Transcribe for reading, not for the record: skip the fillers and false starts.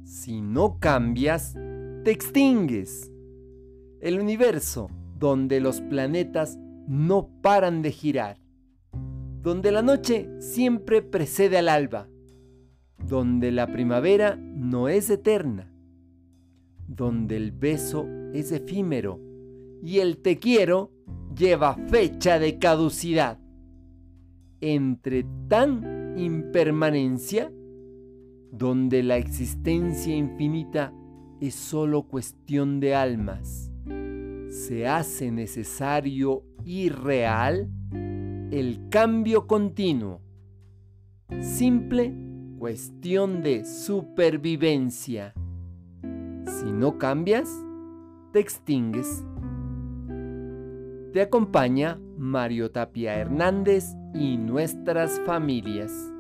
Si no cambias, te extingues. El universo, donde los planetas no paran de girar, donde la noche siempre precede al alba, donde la primavera no es eterna, donde el beso es efímero y el te quiero lleva fecha de caducidad. Entre tan impermanencia, donde la existencia infinita es solo cuestión de almas, se hace necesario y real el cambio continuo, simple cuestión de supervivencia. Si no cambias, te extingues. Te acompaña Mario Tapia Hernández y nuestras familias.